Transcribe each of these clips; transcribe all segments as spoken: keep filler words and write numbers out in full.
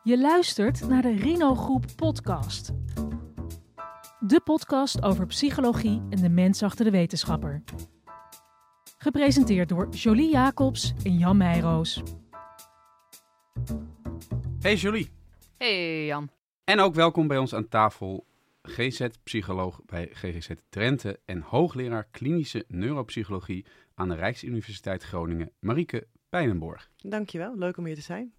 Je luistert naar de Rino Groep podcast. De podcast over psychologie en de mens achter de wetenschapper. Gepresenteerd door Jolie Jacobs en Jan Meijroos. Hey Jolie. Hey Jan. En ook welkom bij ons aan tafel G Z-psycholoog bij G G Z Drenthe en hoogleraar klinische neuropsychologie aan de Rijksuniversiteit Groningen, Marieke Pijnenborg. Dankjewel, leuk om hier te zijn.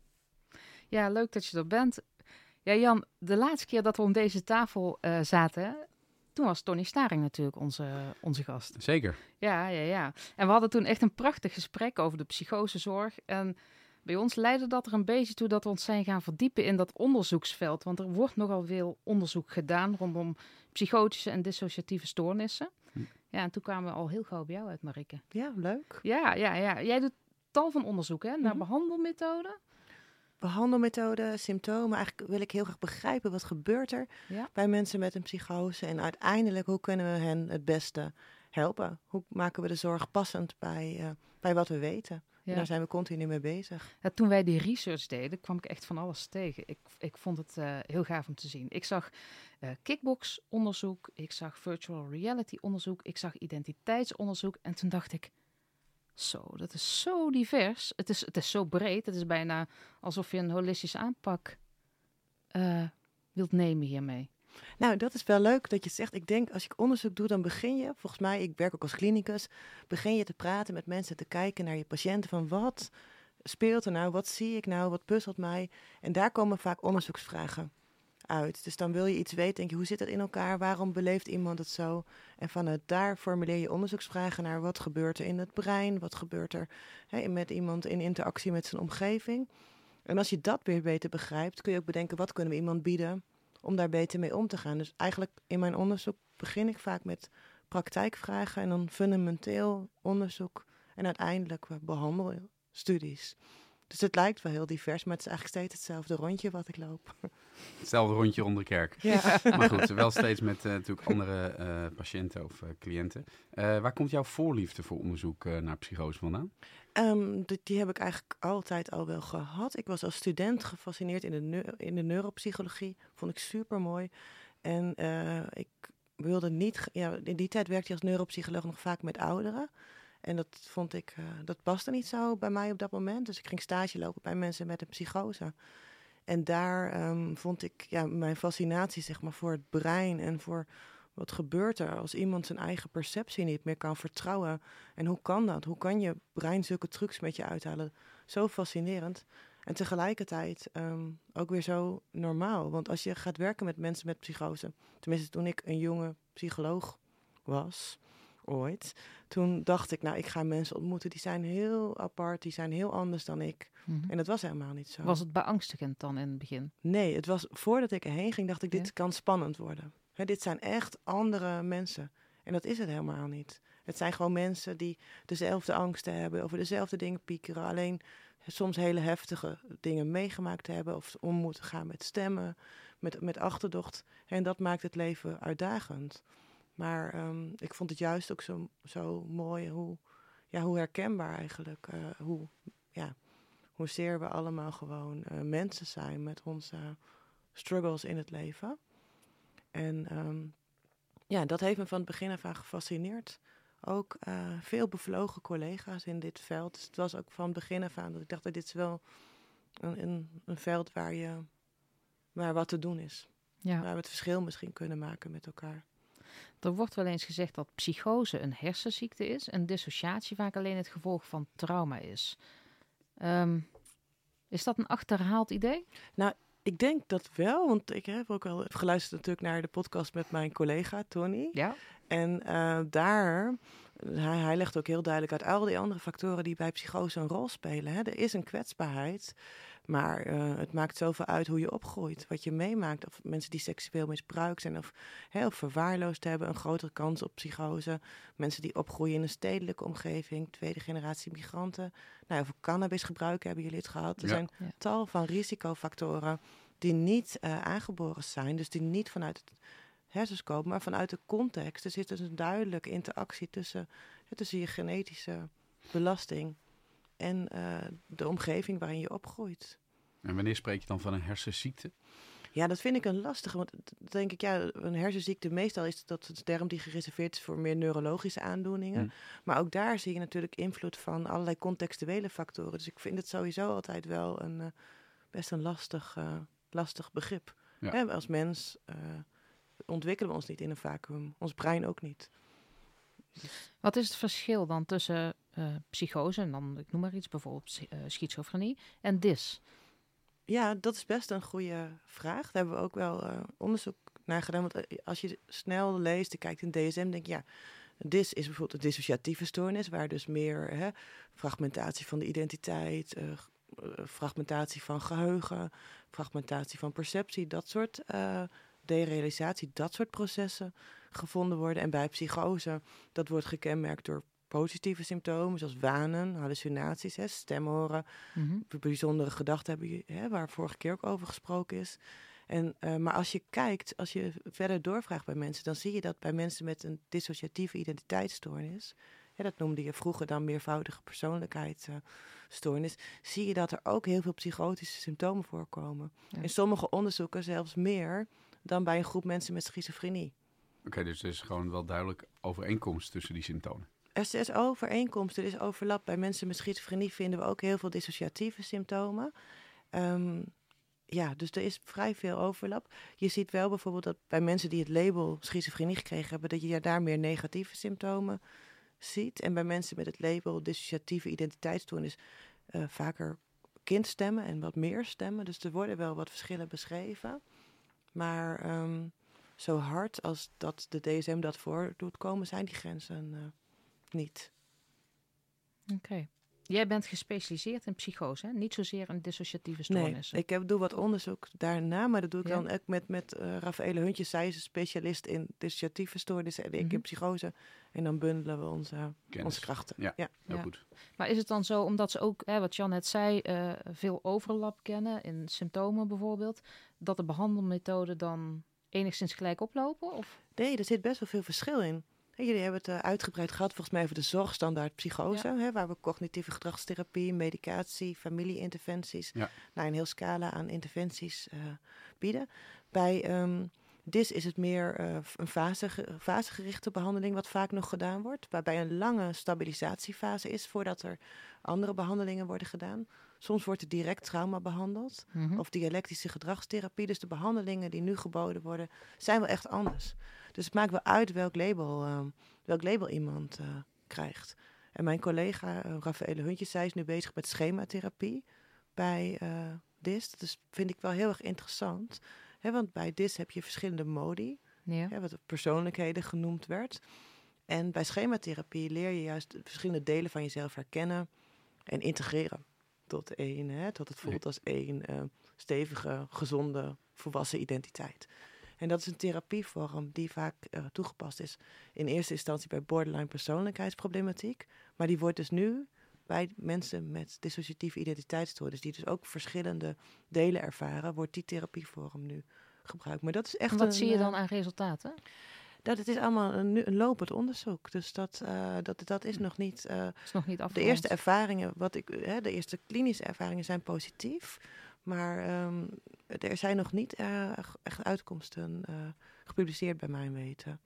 Ja, leuk dat je er bent. Ja Jan, de laatste keer dat we om deze tafel uh, zaten, toen was Tony Staring natuurlijk onze, onze gast. Zeker. Ja, ja, ja. En we hadden toen echt een prachtig gesprek over de psychosezorg. En bij ons leidde dat er een beetje toe dat we ons zijn gaan verdiepen in dat onderzoeksveld. Want er wordt nogal veel onderzoek gedaan rondom psychotische en dissociatieve stoornissen. Hm. Ja, en toen kwamen we al heel gauw bij jou uit, Marieke. Ja, leuk. Ja, ja, ja. Jij doet tal van onderzoek hè, naar mm-hmm. behandelmethoden. Behandelmethoden, symptomen. Eigenlijk wil ik heel graag begrijpen wat gebeurt er ja. bij mensen met een psychose. En uiteindelijk, hoe kunnen we hen het beste helpen? Hoe maken we de zorg passend bij, uh, bij wat we weten? Ja. En daar zijn we continu mee bezig. Ja, toen wij die research deden, kwam ik echt van alles tegen. Ik, ik vond het uh, heel gaaf om te zien. Ik zag uh, kickbox-onderzoek, ik zag virtual reality-onderzoek, ik zag identiteitsonderzoek. En toen dacht ik, zo, dat is zo divers. Het is, het is zo breed. Het is bijna alsof je een holistische aanpak uh, wilt nemen hiermee. Nou, dat is wel leuk dat je het zegt. Ik denk, als ik onderzoek doe, dan begin je, volgens mij, ik werk ook als klinicus, begin je te praten met mensen, te kijken naar je patiënten, van wat speelt er nou, wat zie ik nou, wat puzzelt mij. En daar komen vaak onderzoeksvragen uit. Dus dan wil je iets weten, denk je, hoe zit het in elkaar, waarom beleeft iemand het zo? En vanuit daar formuleer je onderzoeksvragen naar wat gebeurt er in het brein, wat gebeurt er hè, met iemand in interactie met zijn omgeving. En als je dat weer beter begrijpt, kun je ook bedenken, wat kunnen we iemand bieden om daar beter mee om te gaan. Dus eigenlijk in mijn onderzoek begin ik vaak met praktijkvragen en dan fundamenteel onderzoek en uiteindelijk behandelstudies. Dus het lijkt wel heel divers, maar het is eigenlijk steeds hetzelfde rondje wat ik loop. Hetzelfde rondje rond de kerk. Ja. Maar goed, wel steeds met uh, natuurlijk andere uh, patiënten of uh, cliënten. Uh, waar komt jouw voorliefde voor onderzoek uh, naar psychose vandaan? Um, die, die heb ik eigenlijk altijd al wel gehad. Ik was als student gefascineerd in de, neu- in de neuropsychologie. Vond ik super mooi. En uh, ik wilde niet... Ja, in die tijd werkte je als neuropsycholoog nog vaak met ouderen. En dat vond ik... Uh, dat paste niet zo bij mij op dat moment. Dus ik ging stage lopen bij mensen met een psychose. En daar um, vond ik ja, mijn fascinatie zeg maar, voor het brein en voor... Wat gebeurt er als iemand zijn eigen perceptie niet meer kan vertrouwen? En hoe kan dat? Hoe kan je brein zulke trucs met je uithalen? Zo fascinerend. En tegelijkertijd um, ook weer zo normaal. Want als je gaat werken met mensen met psychose... Tenminste, toen ik een jonge psycholoog was, ooit... Toen dacht ik, nou, ik ga mensen ontmoeten. Die zijn heel apart, die zijn heel anders dan ik. Mm-hmm. En dat was helemaal niet zo. Was het beangstigend dan in het begin? Nee, het was voordat ik erheen ging, dacht ik, dit ja. kan spannend worden. He, dit zijn echt andere mensen. En dat is het helemaal niet. Het zijn gewoon mensen die dezelfde angsten hebben, over dezelfde dingen piekeren. Alleen soms hele heftige dingen meegemaakt hebben of om moeten gaan met stemmen, met, met achterdocht. En dat maakt het leven uitdagend. Maar um, ik vond het juist ook zo, zo mooi hoe, ja, hoe herkenbaar eigenlijk, uh, hoe, ja, hoezeer we allemaal gewoon uh, mensen zijn met onze struggles in het leven. En um, ja, dat heeft me van het begin af aan gefascineerd. Ook uh, veel bevlogen collega's in dit veld. Dus het was ook van het begin af aan dat ik dacht dat dit is wel een, een, een veld waar, je, waar wat te doen is. Ja. Waar we het verschil misschien kunnen maken met elkaar. Er wordt wel eens gezegd dat psychose een hersenziekte is en dissociatie vaak alleen het gevolg van trauma is. Um, is dat een achterhaald idee? Nou, ik denk dat wel, want ik heb ook al geluisterd natuurlijk naar de podcast met mijn collega Tony. Ja. En uh, daar, hij, hij legt ook heel duidelijk uit al die andere factoren die bij psychose een rol spelen. Hè. Er is een kwetsbaarheid, maar uh, het maakt zoveel uit hoe je opgroeit, wat je meemaakt. Of mensen die seksueel misbruikt zijn of, hè, of verwaarloosd hebben, een grotere kans op psychose. Mensen die opgroeien in een stedelijke omgeving, tweede generatie migranten. Nou, over cannabisgebruik hebben jullie het gehad. Er ja. zijn ja. tal van risicofactoren die niet uh, aangeboren zijn, dus die niet vanuit het hersens komen, maar vanuit de context. Er zit dus een duidelijke interactie tussen, tussen je genetische belasting en uh, de omgeving waarin je opgroeit. En wanneer spreek je dan van een hersenziekte? Ja, dat vind ik een lastige. Want dan denk ik, ja, een hersenziekte, meestal is dat een term die gereserveerd is voor meer neurologische aandoeningen. Hmm. Maar ook daar zie je natuurlijk invloed van allerlei contextuele factoren. Dus ik vind het sowieso altijd wel een uh, best een lastig, uh, lastig begrip. Ja. Hè, als mens uh, ontwikkelen we ons niet in een vacuüm. Ons brein ook niet. Dus. Wat is het verschil dan tussen uh, psychose, en dan, ik noem maar iets, bijvoorbeeld uh, schizofrenie, en D I S? Ja, dat is best een goede vraag. Daar hebben we ook wel uh, onderzoek naar gedaan. Want als je snel leest en kijkt in D S M, denk je, ja, D I S is bijvoorbeeld een dissociatieve stoornis, waar dus meer hè, fragmentatie van de identiteit, uh, fragmentatie van geheugen, fragmentatie van perceptie, dat soort uh, derealisatie, dat soort processen gevonden worden. En bij psychose, dat wordt gekenmerkt door positieve symptomen, zoals wanen, hallucinaties, hè, stem horen, mm-hmm. bijzondere gedachten hebben, hè, waar vorige keer ook over gesproken is. En, uh, maar als je kijkt, als je verder doorvraagt bij mensen, dan zie je dat bij mensen met een dissociatieve identiteitsstoornis, hè, dat noemde je vroeger dan meervoudige persoonlijkheidsstoornis, uh, zie je dat er ook heel veel psychotische symptomen voorkomen. Ja. In sommige onderzoeken zelfs meer dan bij een groep mensen met schizofrenie. Oké, okay, dus er is gewoon wel duidelijk overeenkomst tussen die symptomen. Er is overeenkomst, er is overlap. Bij mensen met schizofrenie vinden we ook heel veel dissociatieve symptomen. Um, ja, dus er is vrij veel overlap. Je ziet wel bijvoorbeeld dat bij mensen die het label schizofrenie gekregen hebben, dat je daar meer negatieve symptomen ziet. En bij mensen met het label dissociatieve identiteitsstoornis uh, vaker kindstemmen en wat meer stemmen. Dus er worden wel wat verschillen beschreven. Maar um, zo hard als dat de D S M dat voor doet komen, zijn die grenzen uh, niet. Oké. Okay. Jij bent gespecialiseerd in psychose, hè? Niet zozeer in dissociatieve stoornissen. Nee, ik heb, doe wat onderzoek daarna, maar dat doe ik ja. dan ook met, met uh, Raffaele Huntjes. Zij is een specialist in dissociatieve stoornissen en mm-hmm. ik in psychose. En dan bundelen we onze, onze krachten. Ja, ja. heel ja. goed. Maar is het dan zo, omdat ze ook, hè, wat Jan net zei, uh, veel overlap kennen in symptomen bijvoorbeeld, dat de behandelmethoden dan enigszins gelijk oplopen? Of? Nee, er zit best wel veel verschil in. Jullie hebben het uh, uitgebreid gehad, volgens mij over de zorgstandaard psychose, ja. hè, waar we cognitieve gedragstherapie, medicatie, familieinterventies, ja. nou, een heel scala aan interventies uh, bieden. Bij um, D I S is het meer uh, een fase, fasegerichte behandeling wat vaak nog gedaan wordt, waarbij een lange stabilisatiefase is voordat er andere behandelingen worden gedaan. Soms wordt er direct trauma behandeld mm-hmm. of dialectische gedragstherapie. Dus de behandelingen die nu geboden worden zijn wel echt anders. Dus het maakt wel uit welk label, uh, welk label iemand uh, krijgt. En mijn collega uh, Raffaele Huntjes, zij is nu bezig met schematherapie bij uh, D I S. Dat is, vind ik wel heel erg interessant. Hè, want bij D I S heb je verschillende modi, ja. hè, wat persoonlijkheden genoemd werd. En bij schematherapie leer je juist verschillende delen van jezelf herkennen en integreren. Tot één, hè, tot het voelt als één uh, stevige, gezonde, volwassen identiteit. En dat is een therapievorm die vaak uh, toegepast is in eerste instantie bij borderline persoonlijkheidsproblematiek. Maar die wordt dus nu bij mensen met dissociatieve identiteitsstoornis, die dus ook verschillende delen ervaren, wordt die therapievorm nu gebruikt. Maar dat is echt. En wat een, zie je dan aan resultaten? Dat het is allemaal een, een lopend onderzoek. Dus dat, uh, dat, dat is nog niet. Uh, is nog niet afgerond. De eerste ervaringen, wat ik, hè, de eerste klinische ervaringen zijn positief. Maar um, er zijn nog niet uh, echt uitkomsten uh, gepubliceerd bij mijn weten.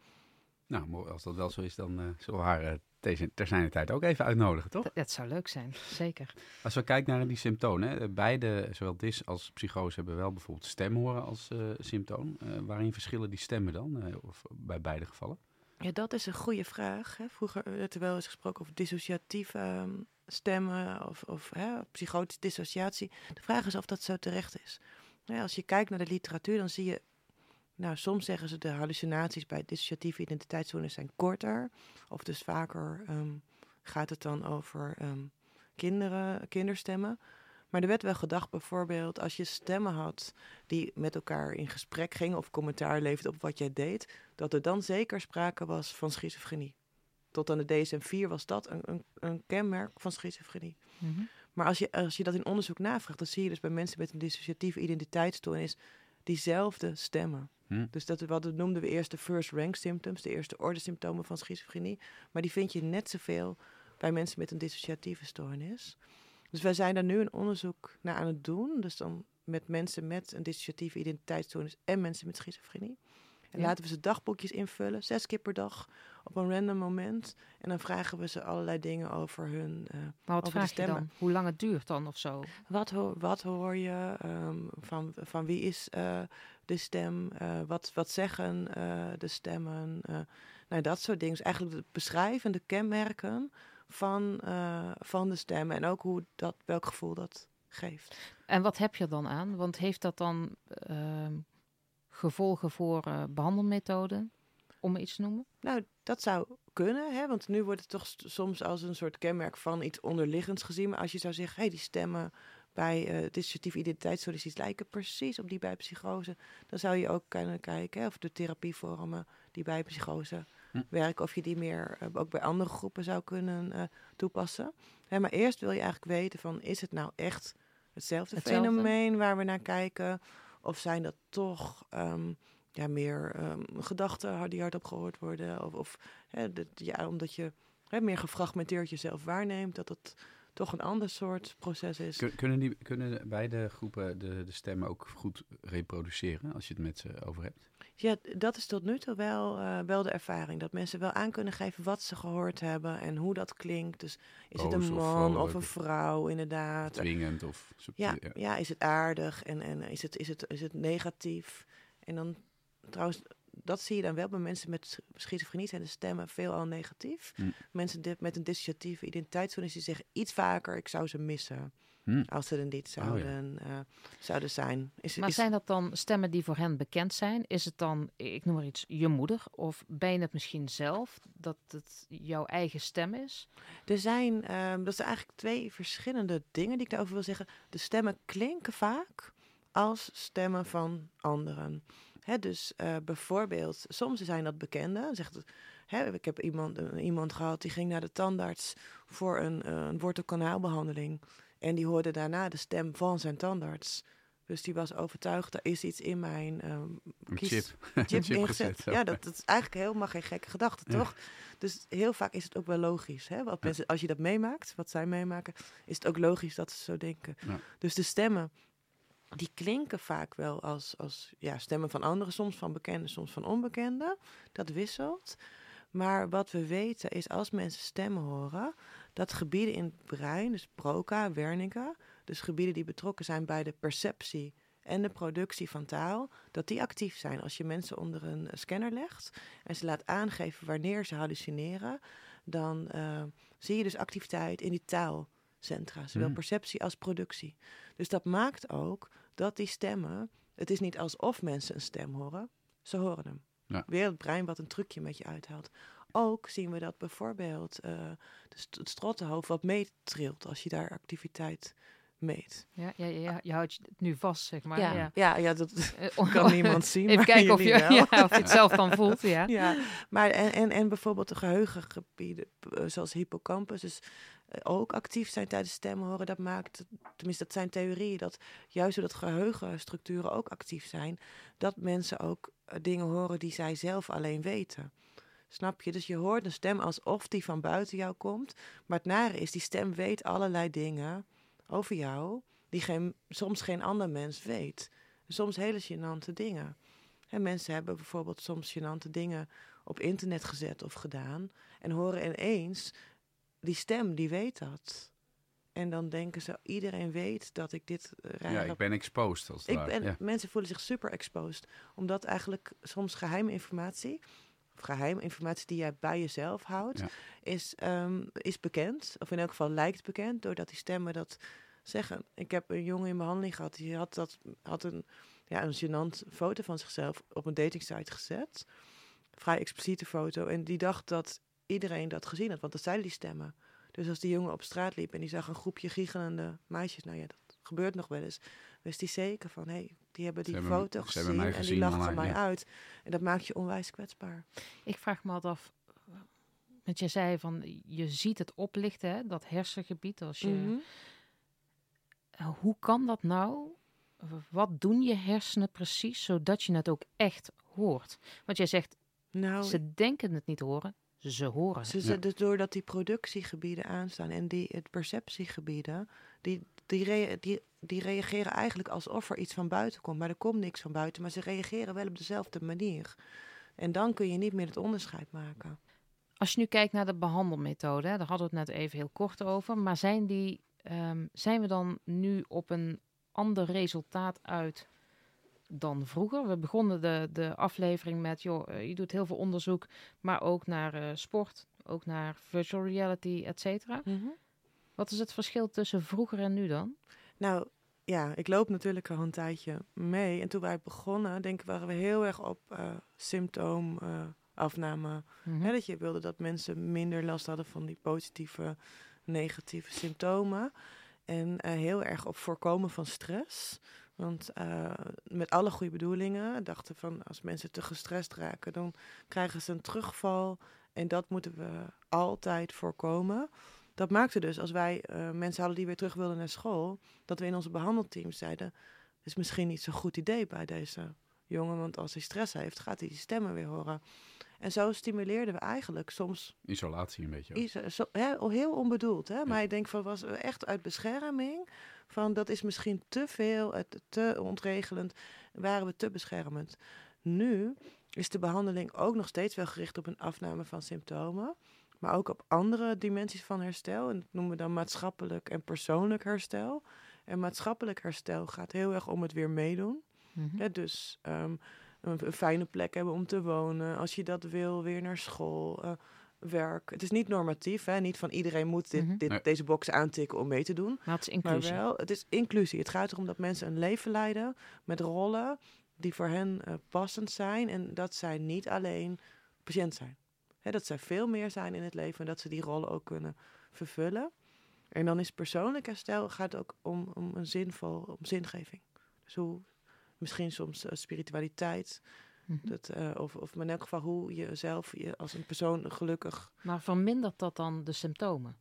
Nou, als dat wel zo is, dan uh, zullen we haar uh, deze, ter zijner tijd ook even uitnodigen, toch? Dat, dat zou leuk zijn, zeker. Als we kijken naar die symptomen, hè, beide, zowel D I S als psychose, hebben wel bijvoorbeeld stemhoren als uh, symptoom. Uh, waarin verschillen die stemmen dan, uh, of bij beide gevallen? Ja, dat is een goede vraag. Hè. Vroeger werd er wel eens gesproken over dissociatieve um, stemmen of, of hè, psychotische dissociatie. De vraag is of dat zo terecht is. Ja, als je kijkt naar de literatuur, dan zie je, nou, soms zeggen ze de hallucinaties bij dissociatieve identiteitsstoornis zijn korter. Of dus vaker um, gaat het dan over um, kinderen, kinderstemmen. Maar er werd wel gedacht bijvoorbeeld als je stemmen had die met elkaar in gesprek gingen of commentaar leverden op wat jij deed, dat er dan zeker sprake was van schizofrenie. Tot aan de D S M vier was dat een, een, een kenmerk van schizofrenie. Mm-hmm. Maar als je, als je dat in onderzoek navraagt, dan zie je dus bij mensen met een dissociatieve identiteitsstoornis diezelfde stemmen. Hmm. Dus dat wat noemden we eerst de first rank symptoms, de eerste orde symptomen van schizofrenie. Maar die vind je net zoveel bij mensen met een dissociatieve stoornis. Dus wij zijn daar nu een onderzoek naar aan het doen. Dus dan met mensen met een dissociatieve identiteitsstoornis en mensen met schizofrenie. En Ja. laten we ze dagboekjes invullen, zes keer per dag, op een random moment. En dan vragen we ze allerlei dingen over hun uh, Maar wat over de vraag je stemmen. dan? Hoe lang het duurt dan of zo? Wat, ho- wat hoor je? Um, van, van wie is uh, de stem? Uh, wat, wat zeggen uh, de stemmen? Uh, nou, dat soort dingen. Dus eigenlijk de beschrijvende kenmerken van, uh, van de stemmen. En ook hoe dat, welk gevoel dat geeft. En wat heb je er dan aan? Want heeft dat dan uh, gevolgen voor uh, behandelmethoden? Om iets te noemen? Nou, dat zou kunnen, hè? Want nu wordt het toch st- soms als een soort kenmerk van iets onderliggends gezien. Maar als je zou zeggen, hé, hey, die stemmen bij uh, dissociatieve identiteitsstoornis lijken precies op die bij psychose, dan zou je ook kunnen kijken, hè, of de therapievormen die bij psychose hm. werken, of je die meer uh, ook bij andere groepen zou kunnen uh, toepassen. Hè, maar eerst wil je eigenlijk weten van, is het nou echt hetzelfde, hetzelfde fenomeen waar we naar kijken? Of zijn dat toch Um, ja, meer um, gedachten die hardop gehoord worden. Of, of hè, de, ja, omdat je hè, meer gefragmenteerd jezelf waarneemt, dat het toch een ander soort proces is. Kunnen, die, kunnen beide groepen de, de stemmen ook goed reproduceren als je het met ze over hebt? Ja, dat is tot nu toe wel, uh, wel de ervaring. Dat mensen wel aan kunnen geven wat ze gehoord hebben en hoe dat klinkt. Dus is Boos het een man of, of een vrouw inderdaad? Dwingend of subtiel. Ja, ja. ja, is het aardig en, en is, het, is, het, is het negatief? En dan trouwens, dat zie je dan wel bij mensen met schizofrenie, zijn de stemmen veelal negatief. Hm. Mensen di- met een dissociatieve identiteitsstoornis die zeggen iets vaker, ik zou ze missen. Hm. Als ze er niet zouden, oh, ja. uh, zouden zijn. Is, maar is, zijn dat dan stemmen die voor hen bekend zijn? Is het dan, ik noem maar iets, je moeder? Of ben je het misschien zelf, dat het jouw eigen stem is? Er zijn, um, dat zijn eigenlijk twee verschillende dingen die ik daarover wil zeggen. De stemmen klinken vaak als stemmen van anderen. Hè, dus uh, bijvoorbeeld, soms zijn dat bekenden. Zegt het, hè, ik heb iemand, uh, iemand gehad die ging naar de tandarts voor een, uh, een wortelkanaalbehandeling. En die hoorde daarna de stem van zijn tandarts. Dus die was overtuigd, er is iets in mijn um, kies, chip, chip, chip ingezet. ingezet. Ja, dat, dat is eigenlijk helemaal geen gekke gedachte, ja. toch? Dus heel vaak is het ook wel logisch. Hè? Wat mensen, als je dat meemaakt, wat zij meemaken, is het ook logisch dat ze zo denken. Ja. Dus de stemmen, die klinken vaak wel als, als ja, stemmen van anderen, soms van bekenden, soms van onbekenden. Dat wisselt. Maar wat we weten is, als mensen stemmen horen, dat gebieden in het brein, dus Broca, Wernicke, dus gebieden die betrokken zijn bij de perceptie en de productie van taal, dat die actief zijn. Als je mensen onder een scanner legt en ze laat aangeven wanneer ze hallucineren, dan uh, zie je dus activiteit in die taalcentra, zowel mm. perceptie als productie. Dus dat maakt ook dat die stemmen, het is niet alsof mensen een stem horen, ze horen hem. Ja. Weer het brein wat een trucje met je uithaalt. Ook zien we dat bijvoorbeeld uh, het strottenhoofd wat meetrilt als je daar activiteit meet. Ja, ja, ja, je houdt het nu vast, zeg maar. Ja, ja. ja, ja dat uh, kan niemand zien. Even maar kijken of je, ja, of je het zelf dan voelt. Ja, ja maar en, en, en bijvoorbeeld de geheugengebieden, zoals hippocampus, dus uh, ook actief zijn tijdens stemmen horen. Dat maakt, tenminste dat zijn theorieën, dat juist doordat geheugenstructuren ook actief zijn, dat mensen ook uh, dingen horen die zij zelf alleen weten. Snap je? Dus je hoort een stem alsof die van buiten jou komt. Maar het nare is, die stem weet allerlei dingen over jou die geen, soms geen ander mens weet. Soms hele gênante dingen. En mensen hebben bijvoorbeeld soms gênante dingen op internet gezet of gedaan en horen ineens, die stem, die weet dat. En dan denken ze, iedereen weet dat ik dit raar Ja, ik ben exposed. Als het ik ben, ja. Mensen voelen zich super exposed. Omdat eigenlijk soms geheime informatie, of geheime informatie die jij bij jezelf houdt, ja. is, um, is bekend. Of in elk geval lijkt bekend, doordat die stemmen dat zeggen. Ik heb een jongen in behandeling gehad, die had, dat, had een, ja, een gênant foto van zichzelf op een datingsite gezet. Vrij expliciete foto. En die dacht dat iedereen dat gezien had, want dat zeiden die stemmen. Dus als die jongen op straat liep en die zag een groepje giechelende meisjes, nou ja, dat gebeurt nog wel eens, wist hij zeker van, hé, hey, die hebben die hebben, foto gezien en gezien, die lachen van mij ja. uit. En dat maakt je onwijs kwetsbaar. Ik vraag me altijd af, want je zei van, je ziet het oplichten, hè, dat hersengebied. Als je, mm-hmm. Hoe kan dat nou? Wat doen je hersenen precies, zodat je het ook echt hoort? Want jij zegt, nou, ze denken het niet te horen. Ze horen ze, ja. Dus doordat die productiegebieden aanstaan en die het perceptiegebieden, die, die, rea- die, die reageren eigenlijk alsof er iets van buiten komt. Maar er komt niks van buiten, maar ze reageren wel op dezelfde manier. En dan kun je niet meer het onderscheid maken. Als je nu kijkt naar de behandelmethode, hè, daar hadden we het net even heel kort over. Maar zijn, die, um, zijn we dan nu op een ander resultaat uit dan vroeger? We begonnen de, de aflevering met, joh, uh, je doet heel veel onderzoek, maar ook naar uh, sport, ook naar virtual reality, et cetera. Mm-hmm. Wat is het verschil tussen vroeger en nu dan? Nou, ja, ik loop natuurlijk al een tijdje mee. En toen wij begonnen, denk ik, waren we heel erg op uh, symptoomafname. Uh, mm-hmm. Hè, dat je wilde dat mensen minder last hadden van die positieve, negatieve symptomen. En uh, heel erg op voorkomen van stress. Want uh, met alle goede bedoelingen dachten van als mensen te gestrest raken, dan krijgen ze een terugval. En dat moeten we altijd voorkomen. Dat maakte dus, als wij uh, mensen hadden die weer terug wilden naar school, dat we in onze behandelteams zeiden, het is misschien niet zo'n goed idee bij deze jongen, want als hij stress heeft, gaat hij die stemmen weer horen. En zo stimuleerden we eigenlijk soms... Isolatie een beetje. Iso- zo, hè, heel onbedoeld, hè? Ja. Maar ik denk van, was echt uit bescherming, van dat is misschien te veel, het, te ontregelend, waren we te beschermend. Nu is de behandeling ook nog steeds wel gericht op een afname van symptomen, maar ook op andere dimensies van herstel. En dat noemen we dan maatschappelijk en persoonlijk herstel. En maatschappelijk herstel gaat heel erg om het weer meedoen. Mm-hmm. Ja, dus um, een, een fijne plek hebben om te wonen. Als je dat wil, weer naar school, uh, werk. Het is niet normatief, hè? Niet van iedereen moet dit, mm-hmm. dit, nee. deze box aantikken om mee te doen. Maar het is inclusie. Maar wel, het is inclusie. Het gaat erom dat mensen een leven leiden met rollen die voor hen uh, passend zijn. En dat zij niet alleen patiënt zijn. He, dat zij veel meer zijn in het leven en dat ze die rollen ook kunnen vervullen. En dan is persoonlijk herstel gaat ook om, om een zinvol, om zingeving. Dus hoe, misschien soms uh, spiritualiteit. Mm-hmm. Dat, uh, of, of in elk geval hoe je zelf je als een persoon gelukkig... Maar vermindert dat dan de symptomen?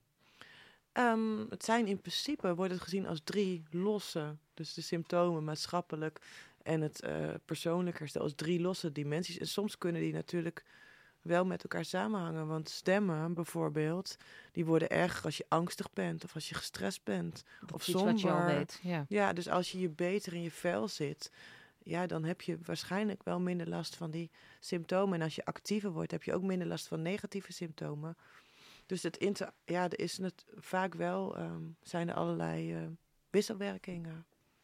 Um, het zijn in principe, wordt het gezien als drie losse, dus de symptomen maatschappelijk en het uh, persoonlijk herstel als drie losse dimensies. En soms kunnen die natuurlijk wel met elkaar samenhangen. Want stemmen bijvoorbeeld, die worden erger als je angstig bent of als je gestrest bent. Dat of is iets somber. wat je al weet. Ja. ja, dus als je je beter in je vel zit, ja, dan heb je waarschijnlijk wel minder last van die symptomen. En als je actiever wordt, heb je ook minder last van negatieve symptomen. Dus het inter- ja, er is het vaak wel, um, zijn er allerlei uh, wisselwerkingen.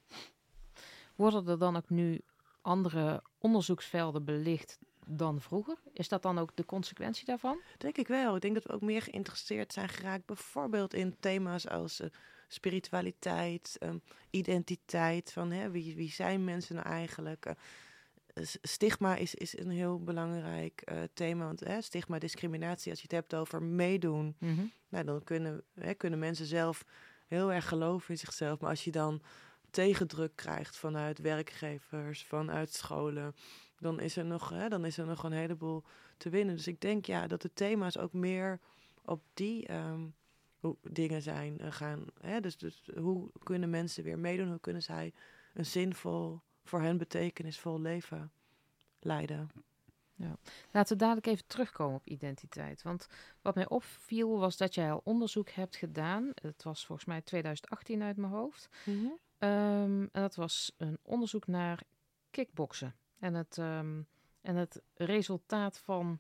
Worden er dan ook nu andere onderzoeksvelden belicht dan vroeger? Is dat dan ook de consequentie daarvan? Denk ik wel. Ik denk dat we ook meer geïnteresseerd zijn geraakt bijvoorbeeld in thema's als uh, spiritualiteit, um, identiteit, van hè, wie, wie zijn mensen nou eigenlijk? Uh, stigma is, is een heel belangrijk uh, thema, want hè, stigma, discriminatie, als je het hebt over meedoen, mm-hmm. nou, dan kunnen, hè, kunnen mensen zelf heel erg geloven in zichzelf, maar als je dan tegendruk krijgt vanuit werkgevers, vanuit scholen, dan is er nog, hè, dan is er nog een heleboel te winnen. Dus ik denk ja dat de thema's ook meer op die um, hoe, dingen zijn uh, gaan. Hè? Dus, dus hoe kunnen mensen weer meedoen? Hoe kunnen zij een zinvol, voor hen betekenisvol leven leiden? Ja. Laten we dadelijk even terugkomen op identiteit. Want wat mij opviel was dat jij al onderzoek hebt gedaan. Het was volgens mij twintig achttien uit mijn hoofd. Mm-hmm. Um, en dat was een onderzoek naar kickboksen. En het, um, en het resultaat van,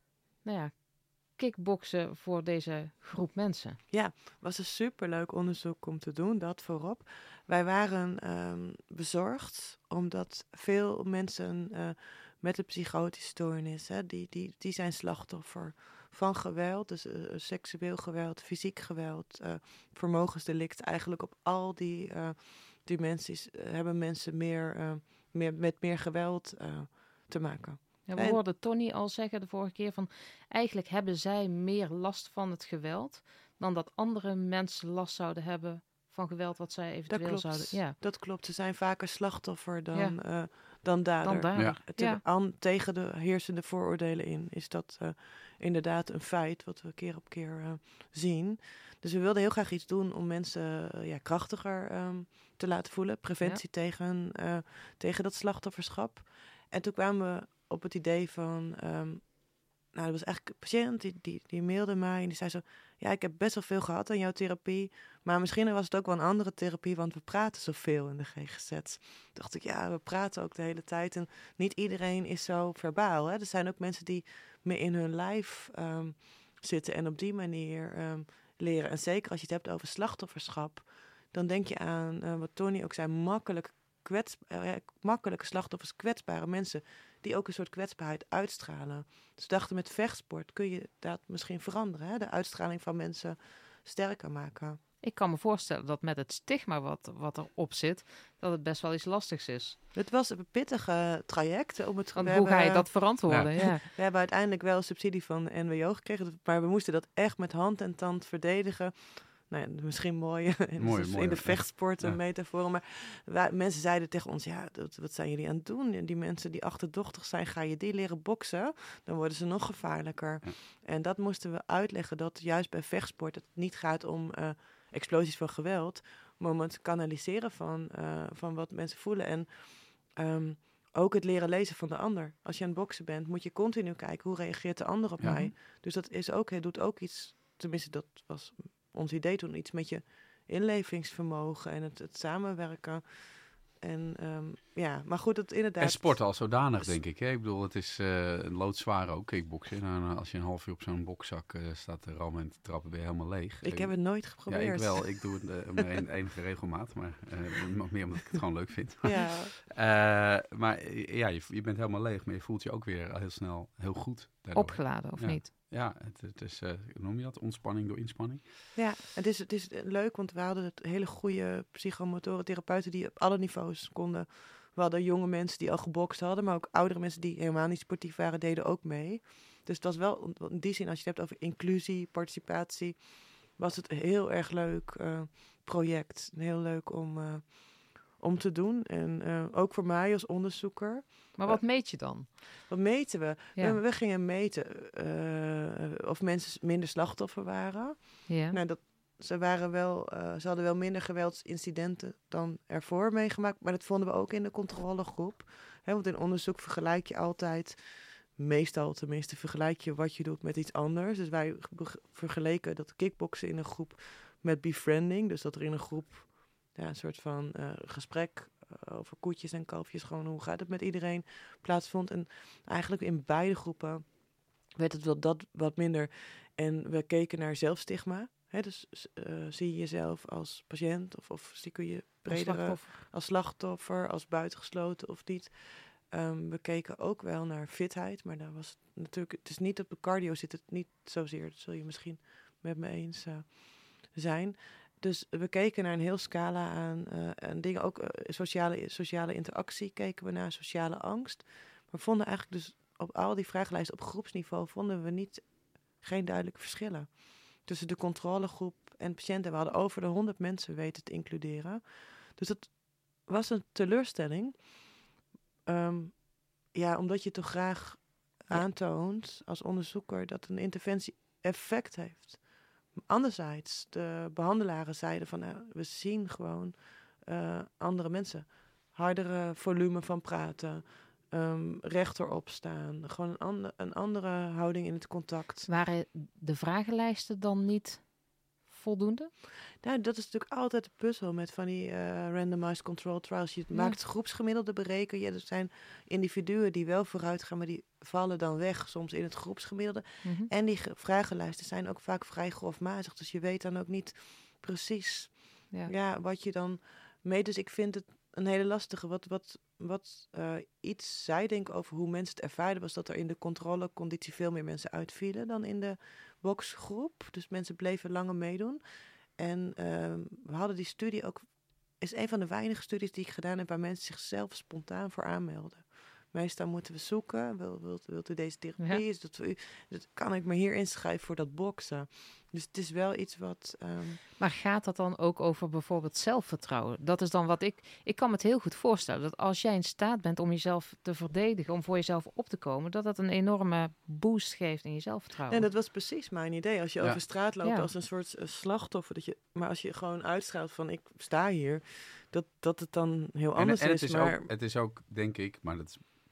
nou ja, kickboksen voor deze groep mensen. Ja, was een superleuk onderzoek om te doen, dat voorop. Wij waren um, bezorgd, omdat veel mensen uh, met een psychotische stoornis, hè, die, die, die zijn slachtoffer van geweld, dus uh, seksueel geweld, fysiek geweld, uh, vermogensdelict. Eigenlijk op al die uh, dimensies uh, hebben mensen meer, uh, meer, met meer geweld uh, te maken. Ja, we en, hoorden Tony al zeggen de vorige keer van, eigenlijk hebben zij meer last van het geweld dan dat andere mensen last zouden hebben van geweld wat zij eventueel dat zouden... Ja, dat klopt. Ze zijn vaker slachtoffer dan, ja. uh, dan dader. Dan dader. Ja. Te, ja. an, tegen de heersende vooroordelen in is dat uh, inderdaad een feit wat we keer op keer uh, zien. Dus we wilden heel graag iets doen om mensen uh, ja, krachtiger um, te laten voelen. Preventie ja. tegen, uh, tegen dat slachtofferschap. En toen kwamen we op het idee van, um, nou, er was eigenlijk een patiënt die, die, die mailde mij en die zei zo, ja, ik heb best wel veel gehad aan jouw therapie, maar misschien was het ook wel een andere therapie, want we praten zoveel in de G G Z. Toen dacht ik, ja, we praten ook de hele tijd en niet iedereen is zo verbaal. Hè? Er zijn ook mensen die meer in hun lijf um, zitten en op die manier um, leren. En zeker als je het hebt over slachtofferschap, dan denk je aan uh, wat Tony ook zei, makkelijk kwets, uh, makkelijke slachtoffers, kwetsbare mensen die ook een soort kwetsbaarheid uitstralen. Dus we dachten, met vechtsport kun je dat misschien veranderen. Hè? De uitstraling van mensen sterker maken. Ik kan me voorstellen dat met het stigma wat, wat erop zit, dat het best wel iets lastigs is. Het was een pittige traject. Om het, Want hoe hebben, ga je dat verantwoorden? Ja. Ja. We hebben uiteindelijk wel een subsidie van de N W O gekregen, maar we moesten dat echt met hand en tand verdedigen. Nou ja, misschien mooi, in, mooi, in mooi, de vechtsport een ja. metafoor. Maar wij, mensen zeiden tegen ons, ja, dat, wat zijn jullie aan het doen? En die mensen die achterdochtig zijn, ga je die leren boksen? Dan worden ze nog gevaarlijker. Ja. En dat moesten we uitleggen, dat juist bij vechtsport het niet gaat om uh, explosies van geweld, maar om het kanaliseren van, uh, van wat mensen voelen. En um, ook het leren lezen van de ander. Als je aan het boksen bent, moet je continu kijken, hoe reageert de ander op ja. mij? Dus dat is ook, het doet ook iets, tenminste dat was ons idee toen, iets met je inlevingsvermogen en het, het samenwerken. En um, ja, maar goed, het inderdaad... En sport al zodanig, denk ik. Hè? Ik bedoel, het is uh, loodzwaar ook, kickboksen. Nou, als je een half uur op zo'n bokzak uh, staat te rammen en te trappen, ben je helemaal leeg. Ik heb het nooit geprobeerd. Ja, ik wel. Ik doe het uh, maar een, enige regelmaat, maar uh, meer omdat ik het gewoon leuk vind. Ja. uh, maar ja, je, je bent helemaal leeg, maar je voelt je ook weer heel snel heel goed. Daardoor. Opgeladen, of ja. niet? Ja, het, het is, uh, hoe noem je dat? Ontspanning door inspanning. Ja, het is, het is leuk, want we hadden het hele goede psychomotoren therapeuten die op alle niveaus konden. We hadden jonge mensen die al gebokst hadden, maar ook oudere mensen die helemaal niet sportief waren, deden ook mee. Dus het was wel, in die zin, als je het hebt over inclusie, participatie, was het een heel erg leuk uh, project. Heel leuk om, uh, om te doen. En uh, ook voor mij als onderzoeker. Maar wat meet je dan? Wat meten we? Ja. We, we gingen meten uh, of mensen minder slachtoffer waren. Ja. Nou, dat, ze, waren wel, uh, ze hadden wel minder geweldsincidenten dan ervoor meegemaakt. Maar dat vonden we ook in de controlegroep. He, want in onderzoek vergelijk je altijd, meestal tenminste, vergelijk je wat je doet met iets anders. Dus wij vergeleken dat kickboksen in een groep met befriending. Dus dat er in een groep ja, een soort van uh, gesprek over koetjes en kalfjes, gewoon hoe gaat het met iedereen, plaatsvond. En eigenlijk in beide groepen werd het wel dat wat minder. En we keken naar zelfstigma. Hè, dus uh, zie je jezelf als patiënt of, of zie je je bredere, als slachtoffer. als slachtoffer, als buitengesloten of niet. Um, we keken ook wel naar fitheid, maar daar was het natuurlijk, het is niet op de cardio zit het niet zozeer. Dat zul je misschien met me eens uh, zijn. Dus we keken naar een heel scala aan, uh, aan dingen. Ook uh, sociale, sociale interactie keken we naar, sociale angst. Maar vonden eigenlijk dus op al die vragenlijsten op groepsniveau vonden we niet, geen duidelijke verschillen tussen de controlegroep en patiënten. We hadden over de honderd mensen weten te includeren. Dus dat was een teleurstelling. Um, ja, omdat je toch graag aantoont als onderzoeker dat een interventie effect heeft. Anderzijds, de behandelaren zeiden van, nou, we zien gewoon uh, andere mensen. Hardere volume van praten, um, rechterop staan. Gewoon een, ander, een andere houding in het contact. Waren de vragenlijsten dan niet voldoende? Nou, dat is natuurlijk altijd de puzzel met van die uh, randomized control trials. Je ja. maakt groepsgemiddelde bereken. Ja, er zijn individuen die wel vooruit gaan, maar die vallen dan weg, soms in het groepsgemiddelde. Mm-hmm. En die ge- vragenlijsten zijn ook vaak vrij grofmazig. Dus je weet dan ook niet precies ja. Ja, wat je dan meet. Dus ik vind het een hele lastige. Wat, wat, wat uh, iets zei, denk ik, over hoe mensen het ervaren, was dat er in de controleconditie veel meer mensen uitvielen dan in de boxgroep. Dus mensen bleven langer meedoen. En uh, we hadden die studie ook, is een van de weinige studies die ik gedaan heb waar mensen zichzelf spontaan voor aanmelden. Meestal moeten we zoeken, wil, wilt, wilt u deze therapie, ja. is dat voor u? Dat kan ik me hier inschrijven voor dat boksen. Dus het is wel iets wat... Um... Maar gaat dat dan ook over bijvoorbeeld zelfvertrouwen? Dat is dan wat ik... Ik kan me het heel goed voorstellen dat als jij in staat bent om jezelf te verdedigen, om voor jezelf op te komen, dat dat een enorme boost geeft in je zelfvertrouwen. En dat was precies mijn idee. Als je ja. over straat loopt ja. als een soort uh, slachtoffer, dat je, maar als je gewoon uitstraalt van ik sta hier, dat, dat het dan heel anders en, en is. Het is, maar... ook, het is ook, denk ik, maar dat is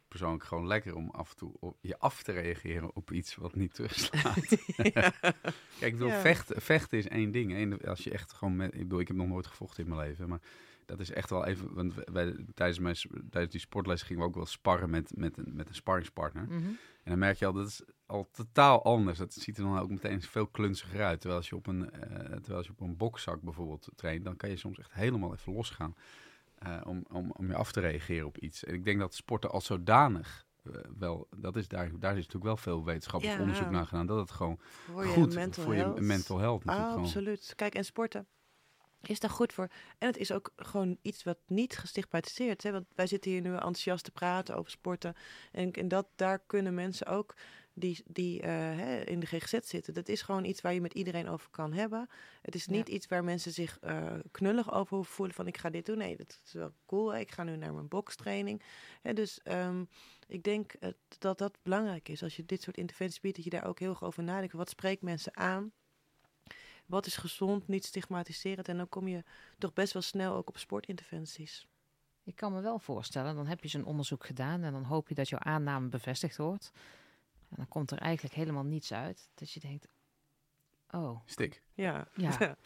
persoonlijk gewoon lekker om af en toe op je af te reageren op iets wat niet terugslaat. Ja. Kijk, ik bedoel, Ja. vechten, vechten is één ding. Eén, als je echt gewoon met, ik bedoel, ik heb nog nooit gevochten in mijn leven, maar dat is echt wel even, want wij, tijdens, mijn, tijdens die sportles gingen we ook wel sparren met, met, een, met een sparringspartner. Mm-hmm. En dan merk je al, dat is al totaal anders. Dat ziet er dan ook meteen veel klunziger uit. Terwijl als je op een, uh, terwijl als je op een bokzak bijvoorbeeld traint, dan kan je soms echt helemaal even losgaan. Uh, om, om, om je af te reageren op iets. En ik denk dat sporten als zodanig uh, wel, dat is daar, daar is natuurlijk wel veel wetenschappelijk Ja. onderzoek naar gedaan. Dat het gewoon Voor je goed mental voor health. je mental health natuurlijk Ah, gewoon. absoluut. Kijk, en sporten is daar goed voor. En het is ook gewoon iets wat niet gestigmatiseerd is. Want wij zitten hier nu enthousiast te praten over sporten. En, en dat, daar kunnen mensen ook die, die uh, hè, in de G G Z zitten. Dat is gewoon iets waar je met iedereen over kan hebben. Het is niet Ja. iets waar mensen zich uh, knullig over hoeven voelen van ik ga dit doen. Nee, dat is wel cool. Hè? Ik ga nu naar mijn bokstraining. Hè, dus um, ik denk uh, dat dat belangrijk is. Als je dit soort interventies biedt, dat je daar ook heel erg over nadenkt. Wat spreekt mensen aan? Wat is gezond, niet stigmatiserend? En dan kom je toch best wel snel ook op sportinterventies. Ik kan me wel voorstellen, dan heb je zo'n onderzoek gedaan en dan hoop je dat jouw aanname bevestigd wordt. En dan komt er eigenlijk helemaal niets uit. Dat je denkt, oh. Stik. Ja. Ja.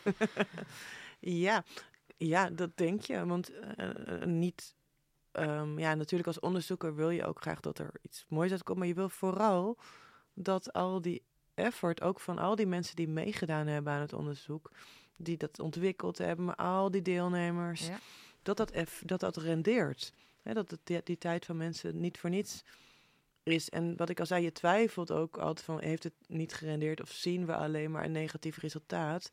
ja. Ja, dat denk je. Want uh, uh, niet... Um, ja, natuurlijk als onderzoeker wil je ook graag dat er iets moois uitkomt. Maar je wil vooral dat al die effort, ook van al die mensen die meegedaan hebben aan het onderzoek, die dat ontwikkeld hebben, maar al die deelnemers, Ja. dat, dat, eff, dat dat rendeert. Hè, dat het, die, die tijd van mensen niet voor niets is. En wat ik al zei, je twijfelt ook altijd van, heeft het niet gerendeerd of zien we alleen maar een negatief resultaat?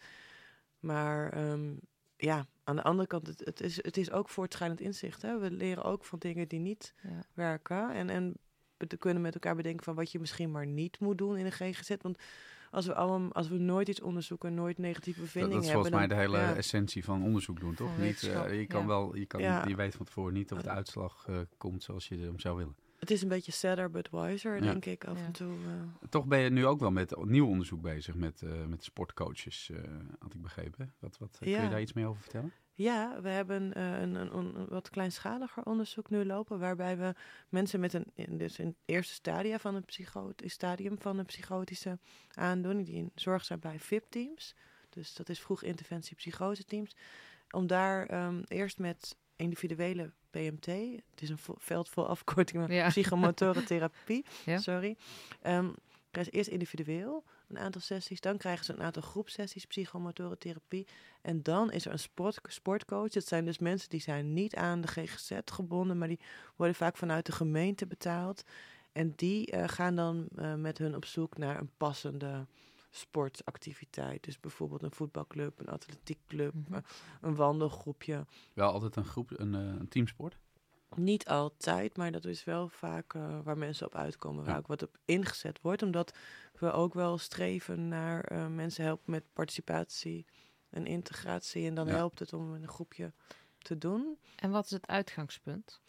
Maar um, ja, aan de andere kant, het, het, is, het is ook voortschrijdend inzicht. Hè? We leren ook van dingen die niet Ja. werken. En, en we kunnen met elkaar bedenken van wat je misschien maar niet moet doen in de G G Z. Want als we, allemaal, als we nooit iets onderzoeken, nooit negatieve bevindingen dat, dat is hebben... volgens mij de hele ja. essentie van onderzoek doen, toch? Van Niet, uh, je kan ja. wel, je, kan, Ja. je weet van tevoren niet of de uitslag uh, komt zoals je hem zou willen. Het is een beetje sadder but wiser, Ja. denk ik, af Ja. en toe. Uh. Toch ben je nu ook wel met nieuw onderzoek bezig met, uh, met sportcoaches, uh, had ik begrepen. Wat, wat, Ja. Kun je daar iets meer over vertellen? Ja, we hebben uh, een, een, een, een wat kleinschaliger onderzoek nu lopen, waarbij we mensen met een, in, dus in het eerste stadia van een psychotisch stadium van een psychotische aandoening, die in zorg zijn bij V I P-teams, dus dat is vroeg interventie psychoseteams, om daar um, eerst met individuele P M T, het is een vo- veld vol afkortingen, Ja. psychomotoren therapie, Ja. sorry, um, krijgen ze eerst individueel een aantal sessies, dan krijgen ze een aantal groepsessies psychomotoren therapie en dan is er een sport, sportcoach. Dat zijn dus mensen die zijn niet aan de G G Z gebonden, maar die worden vaak vanuit de gemeente betaald en die uh, gaan dan uh, met hun op zoek naar een passende sportactiviteit. Dus bijvoorbeeld een voetbalclub, een atletiekclub, Mhm. uh, een wandelgroepje. Wel altijd een groep, een, uh, een teamsport? Niet altijd, maar dat is wel vaak uh, waar mensen op uitkomen, waar Ja. ook wat op ingezet wordt. Omdat we ook wel streven naar uh, mensen helpen met participatie en integratie. En dan Ja. helpt het om een groepje te doen. En wat is het uitgangspunt?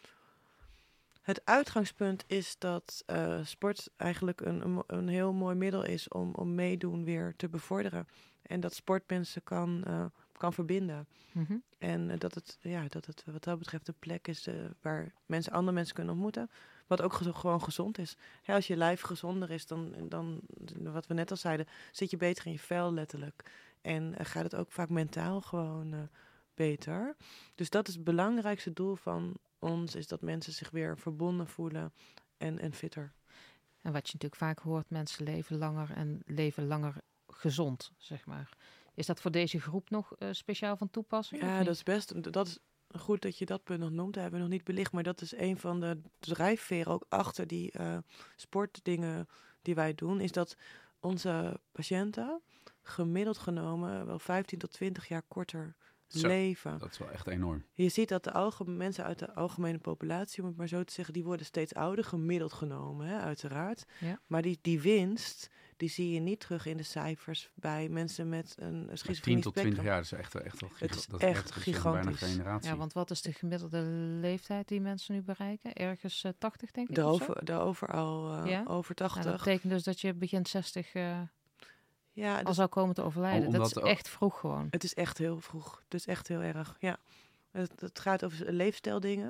Het uitgangspunt is dat uh, sport eigenlijk een, een, een heel mooi middel is om, om meedoen weer te bevorderen. En dat sport mensen kan, uh, kan verbinden. Mm-hmm. En uh, dat, het, ja, dat het wat dat betreft een plek is uh, waar mensen andere mensen kunnen ontmoeten. Wat ook gezo- gewoon gezond is. Ja, als je lijf gezonder is, dan, dan, wat we net al zeiden, zit je beter in je vel letterlijk. En uh, gaat het ook vaak mentaal gewoon uh, beter. Dus dat is het belangrijkste doel van ons, is dat mensen zich weer verbonden voelen en, en fitter. En wat je natuurlijk vaak hoort, mensen leven langer en leven langer gezond, zeg maar. Is dat voor deze groep nog uh, speciaal van toepassing? Ja, dat is best. Dat is goed dat je dat punt nog noemt. Dat hebben we nog niet belicht. Maar dat is een van de drijfveren ook achter die uh, sportdingen die wij doen. Is dat onze patiënten gemiddeld genomen wel vijftien tot twintig jaar korter Zo, leven. Dat is wel echt enorm. Je ziet dat de algemene mensen uit de algemene populatie, om het maar zo te zeggen, die worden steeds ouder, gemiddeld genomen, hè, uiteraard. Ja. Maar die, die winst, die zie je niet terug in de cijfers bij mensen met een schizofrenie tien tot twintig spectrum. jaar is echt, echt wel Het is giga- dat echt dat is gigantisch. bijna een generatie. Ja, want wat is de gemiddelde leeftijd die mensen nu bereiken? Ergens uh, tachtig, denk ik? Daarover, daarover al uh, Ja? over Nou, tachtig. dat betekent dus dat je begin zestig uh, ja, al dus zou komen te overlijden. Oh, dat omdat is ook- echt vroeg gewoon. het is echt heel vroeg. Het is echt heel erg, ja. Het, het gaat over leefstijldingen. Hè,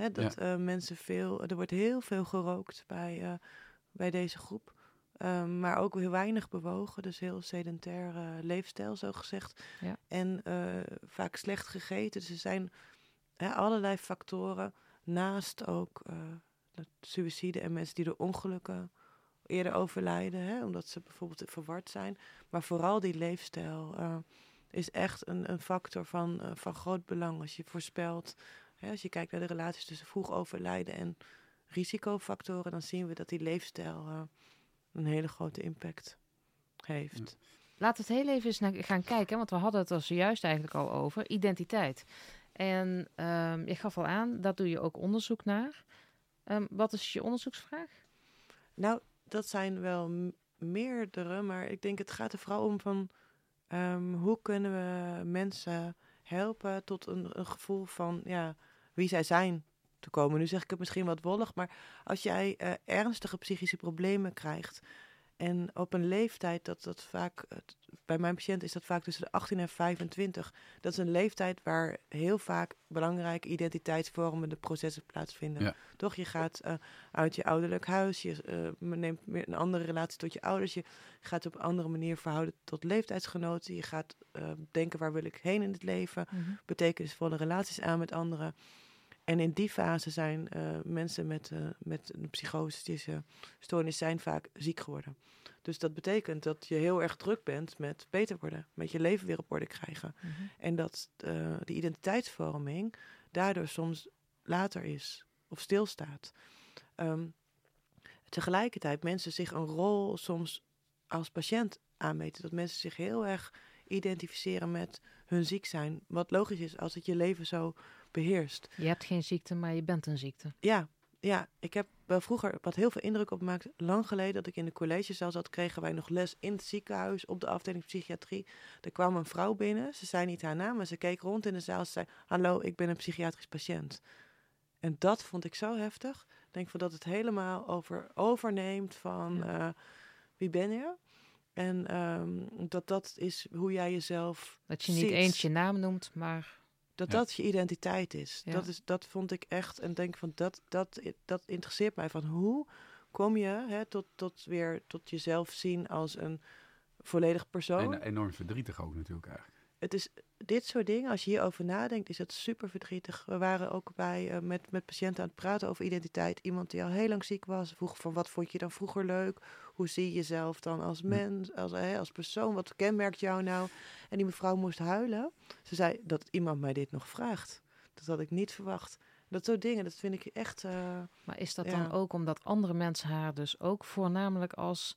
Hè, dat Ja. uh, mensen veel... Er wordt heel veel gerookt bij, uh, bij deze groep. Um, maar ook heel weinig bewogen. Dus heel sedentaire leefstijl, zo gezegd. Ja. En uh, vaak slecht gegeten. Dus er zijn hè, allerlei factoren. Naast ook uh, suïcide en mensen die door ongelukken eerder overlijden. Hè, omdat ze bijvoorbeeld verward zijn. Maar vooral die leefstijl uh, is echt een, een factor van, uh, van groot belang. Als je voorspelt, hè, als je kijkt naar de relaties tussen vroeg overlijden en risicofactoren, dan zien we dat die leefstijl uh, een hele grote impact heeft. Ja. Laten we het heel even eens naar gaan kijken, want we hadden het er zojuist eigenlijk al over. Identiteit. En um, je gaf al aan, daar doe je ook onderzoek naar. Um, wat is je onderzoeksvraag? Nou, dat zijn wel m- meerdere, maar ik denk het gaat er vooral om van um, hoe kunnen we mensen helpen tot een, een gevoel van ja, wie zij zijn te komen. Nu zeg ik het misschien wat wollig, maar als jij uh, ernstige psychische problemen krijgt en op een leeftijd dat dat vaak, uh, bij mijn patiënt is dat vaak tussen de achttien en vijfentwintig. Dat is een leeftijd waar heel vaak belangrijke identiteitsvormende processen plaatsvinden. Ja. Toch, je gaat uh, uit je ouderlijk huis, je uh, neemt een andere relatie tot je ouders, je gaat op een andere manier verhouden tot leeftijdsgenoten, je gaat uh, denken waar wil ik heen in het leven, mm-hmm. betekenisvolle relaties aan met anderen. En in die fase zijn uh, mensen met, uh, met een psychotische stoornis zijn vaak ziek geworden. Dus dat betekent dat je heel erg druk bent met beter worden, met je leven weer op orde krijgen. Mm-hmm. En dat uh, die identiteitsvorming daardoor soms later is of stilstaat. Um, tegelijkertijd mensen zich een rol soms als patiënt aanmeten. Dat mensen zich heel erg identificeren met hun ziek zijn. Wat logisch is als het je leven zo beheerst. Je hebt geen ziekte, maar je bent een ziekte. Ja, ja. Ik heb wel vroeger wat heel veel indruk op gemaakt. Lang geleden dat ik in de collegezaal zat, kregen wij nog les in het ziekenhuis op de afdeling psychiatrie. Er kwam een vrouw binnen. Ze zei niet haar naam, maar ze keek rond in de zaal. Ze zei, hallo, ik ben een psychiatrisch patiënt. En dat vond ik zo heftig. Ik denk van dat het helemaal over overneemt van ja. uh, wie ben je? En um, dat dat is hoe jij jezelf Dat je niet ziet. eens je naam noemt, maar Dat ja. dat je identiteit is. Ja. Dat is. Dat vond ik echt. En denk van dat, dat, dat interesseert mij. Van hoe kom je hè, tot, tot weer tot jezelf zien als een volledig persoon. En enorm verdrietig ook natuurlijk eigenlijk. Het is dit soort dingen, als je hierover nadenkt, is het super verdrietig. We waren ook bij uh, met, met patiënten aan het praten over identiteit. Iemand die al heel lang ziek was, vroeg van wat vond je dan vroeger leuk? Hoe zie je jezelf dan als mens, als, hè, als persoon? Wat kenmerkt jou nou? En die mevrouw moest huilen. Ze zei dat iemand mij dit nog vraagt. Dat had ik niet verwacht. Dat soort dingen, dat vind ik echt... Uh, maar is dat ja. dan ook omdat andere mensen haar dus ook voornamelijk als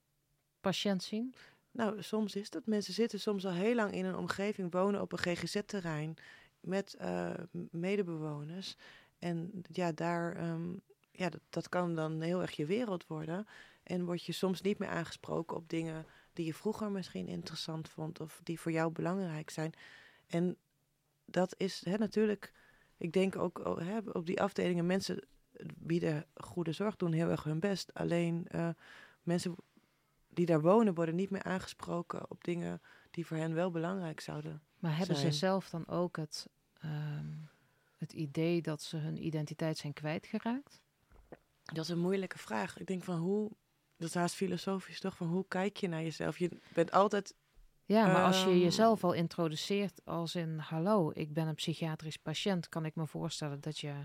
patiënt zien? Nou, soms is dat. Mensen zitten soms al heel lang in een omgeving, wonen op een G G Z-terrein met uh, medebewoners. En ja, daar, um, ja dat, dat kan dan heel erg je wereld worden. En word je soms niet meer aangesproken op dingen die je vroeger misschien interessant vond of die voor jou belangrijk zijn. En dat is hè, natuurlijk, ik denk ook oh, hè, op die afdelingen, mensen bieden goede zorg, doen heel erg hun best. Alleen uh, mensen die daar wonen worden niet meer aangesproken op dingen die voor hen wel belangrijk zouden Maar hebben zijn. ze zelf dan ook het, um, het idee dat ze hun identiteit zijn kwijtgeraakt? Dat is een moeilijke vraag. Ik denk van hoe, dat is haast filosofisch toch, van hoe kijk je naar jezelf? Je bent altijd... Ja, maar um, als je jezelf al introduceert als in, hallo, ik ben een psychiatrisch patiënt, kan ik me voorstellen dat je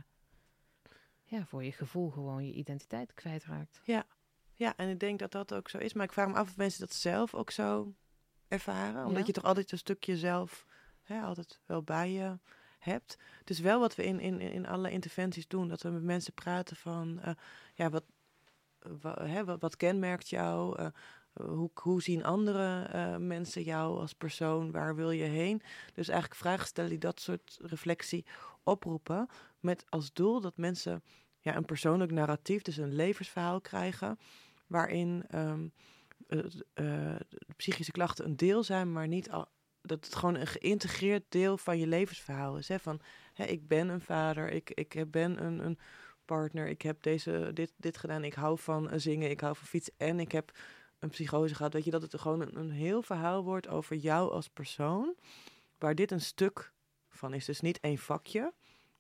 ja, voor je gevoel gewoon je identiteit kwijtraakt. Ja. Ja, en ik denk dat dat ook zo is. Maar ik vraag me af of mensen dat zelf ook zo ervaren. Omdat ja. je toch altijd een stukje zelf hè, altijd wel bij je hebt. Dus wel wat we in, in, in alle interventies doen. Dat we met mensen praten van... Uh, ja, wat, wat, hè, wat, wat kenmerkt jou? Uh, hoe, hoe zien andere uh, mensen jou als persoon? Waar wil je heen? Dus eigenlijk vragen stellen die dat soort reflectie oproepen. Met als doel dat mensen... Ja, een persoonlijk narratief, dus een levensverhaal krijgen, waarin um, uh, uh, de psychische klachten een deel zijn, maar niet al, dat het gewoon een geïntegreerd deel van je levensverhaal is. Hè? Van, hè, ik ben een vader, ik, ik ben een, een partner, ik heb deze, dit, dit gedaan, ik hou van zingen, ik hou van fietsen en ik heb een psychose gehad. Weet je, dat het gewoon een, een heel verhaal wordt over jou als persoon, waar dit een stuk van is. Dus niet één vakje,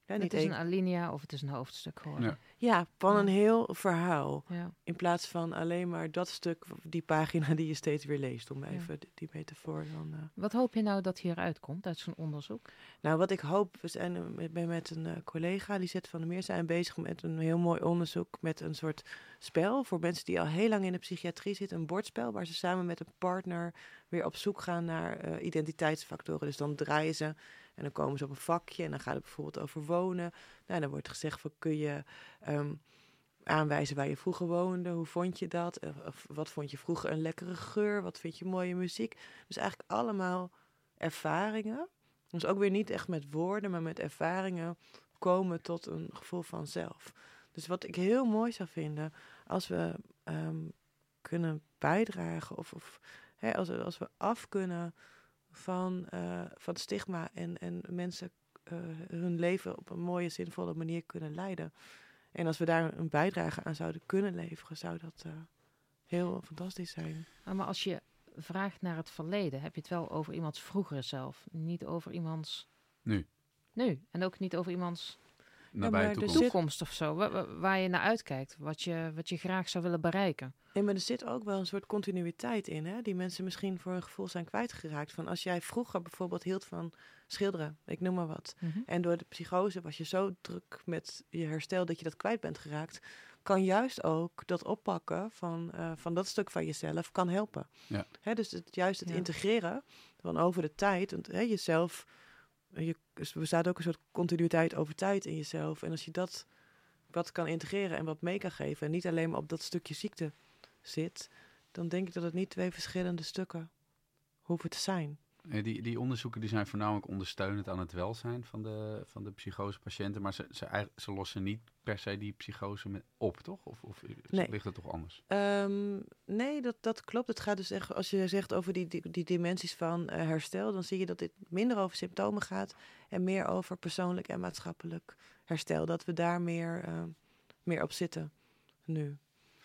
Hè, Het niet is één- een alinea of het is een hoofdstuk geworden. Ja. Ja, van een Ja. heel verhaal. Ja. In plaats van alleen maar dat stuk, die pagina die je steeds weer leest. Om Ja. even die, die metafoor dan... eh. Wat hoop je nou dat hieruit komt uit zo'n onderzoek? Nou, wat ik hoop, we zijn eh, met, ben met een eh, collega, Lisette van der Meer, zijn bezig met een heel mooi onderzoek met een soort spel voor mensen die al heel lang in de psychiatrie zitten. Een bordspel waar ze samen met een partner weer op zoek gaan naar eh, identiteitsfactoren. Dus dan draaien ze en dan komen ze op een vakje en dan gaat het bijvoorbeeld over wonen. Nou, dan wordt gezegd van kun je ehm, aanwijzen waar je vroeger woonde, hoe vond je dat? Eh, Of wat vond je vroeger een lekkere geur? Wat vind je mooie muziek? Dus eigenlijk allemaal ervaringen. Dus ook weer niet echt met woorden, maar met ervaringen komen tot een gevoel van zelf. Dus wat ik heel mooi zou vinden, als we ehm, kunnen bijdragen of, of hè, als, we, als we af kunnen van, uh, van stigma en, en mensen uh, hun leven op een mooie, zinvolle manier kunnen leiden. En als we daar een bijdrage aan zouden kunnen leveren, zou dat uh, heel fantastisch zijn. Maar als je vraagt naar het verleden, heb je het wel over iemands vroegere zelf. Niet over iemands... Nu. Nu. En ook niet over iemands Nabije maar er toekomst. zit- toekomst of zo. Wa- wa- Waar je naar uitkijkt. Wat je, wat je graag zou willen bereiken. Nee, maar er zit ook wel een soort continuïteit in, hè, die mensen misschien voor hun gevoel zijn kwijtgeraakt. Van als jij vroeger bijvoorbeeld hield van schilderen, ik noem maar wat. Mm-hmm. En door de psychose was je zo druk met je herstel dat je dat kwijt bent geraakt. Kan juist ook dat oppakken van, uh, van dat stuk van jezelf kan helpen. Ja. Hè, dus het, juist het Ja. integreren van over de tijd. Want, hè, jezelf, je, er bestaat ook een soort continuïteit over tijd in jezelf. En als je dat wat kan integreren en wat mee kan geven. En niet alleen maar op dat stukje ziekte zit. Dan denk ik dat het niet twee verschillende stukken hoeven te zijn. Eh, Die, die onderzoeken die zijn voornamelijk ondersteunend aan het welzijn van de, van de psychosepatiënten. Maar ze, ze, eigenlijk- ze lossen niet per se die psychose met op, toch? Of, of Nee. ligt het toch anders? Um, nee, dat, dat klopt. Het gaat dus echt, als je zegt over die, die, die dimensies van uh, herstel, dan zie je dat dit minder over symptomen gaat en meer over persoonlijk en maatschappelijk herstel. Dat we daar meer, uh, meer op zitten nu.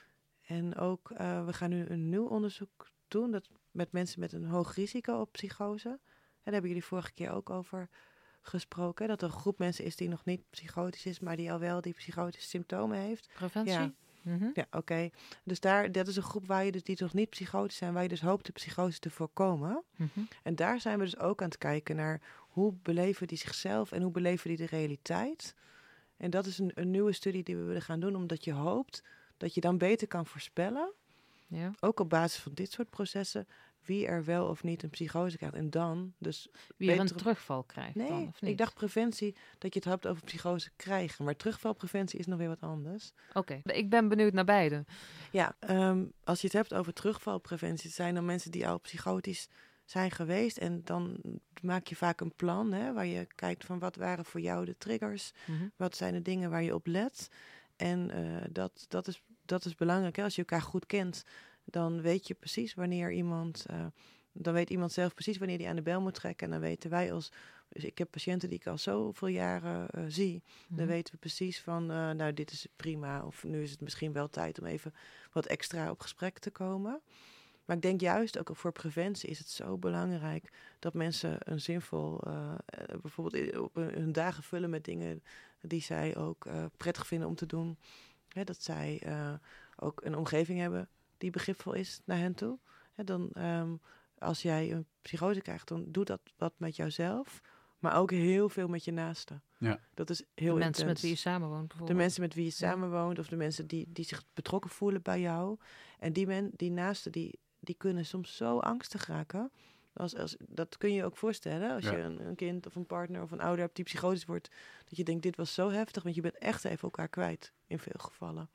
En ook, uh, we gaan nu een nieuw onderzoek doen dat met mensen met een hoog risico op psychose. En daar hebben jullie vorige keer ook over gesproken. Hè, dat er een groep mensen is die nog niet psychotisch is, maar die al wel die psychotische symptomen heeft. Preventie? Ja. Mm-hmm. Ja, oké. Okay. Dus daar, dat is een groep waar je dus, die nog niet psychotisch zijn, waar je dus hoopt de psychose te voorkomen. Mm-hmm. En daar zijn we dus ook aan het kijken naar hoe beleven die zichzelf en hoe beleven die de realiteit. En dat is een, een nieuwe studie die we willen gaan doen, omdat je hoopt dat je dan beter kan voorspellen, Ja. ook op basis van dit soort processen, wie er wel of niet een psychose krijgt. En dan dus... Wie er een betere... terugval krijgt nee, dan, of niet? ik dacht preventie, dat je het hebt over psychose krijgen. Maar terugvalpreventie is nog weer wat anders. Oké, okay. Ik ben benieuwd naar beide. Ja, um, als je het hebt over terugvalpreventie, het zijn dan mensen die al psychotisch zijn geweest. En dan maak je vaak een plan, hè, waar je kijkt van wat waren voor jou de triggers. Mm-hmm. Wat zijn de dingen waar je op let. En uh, dat, dat, is, dat is belangrijk. Hè? Als je elkaar goed kent, dan weet je precies wanneer iemand... Uh, dan weet iemand zelf precies wanneer die aan de bel moet trekken. En dan weten wij als... Dus ik heb patiënten die ik al zoveel jaren uh, zie. Mm-hmm. Dan weten we precies van, uh, nou, dit is prima. Of nu is het misschien wel tijd om even wat extra op gesprek te komen. Maar ik denk juist ook voor preventie is het zo belangrijk dat mensen een zinvol... Uh, bijvoorbeeld op hun dagen vullen met dingen die zij ook uh, prettig vinden om te doen. Hè, dat zij uh, ook een omgeving hebben die begripvol is naar hen toe. Hè, dan, um, als jij een psychose krijgt, dan doet dat wat met jouzelf, maar ook heel veel met je naasten. Ja. Dat is heel de intens. mensen met wie je samenwoont bijvoorbeeld. De mensen met wie je samenwoont of de mensen die, die zich betrokken voelen bij jou. En die, men, die naasten, die, die kunnen soms zo angstig raken. Als, als, dat kun je je ook voorstellen. Als ja. je een, een kind of een partner of een ouder hebt die psychotisch wordt. Dat je denkt, dit was zo heftig. Want je bent echt even elkaar kwijt in veel gevallen.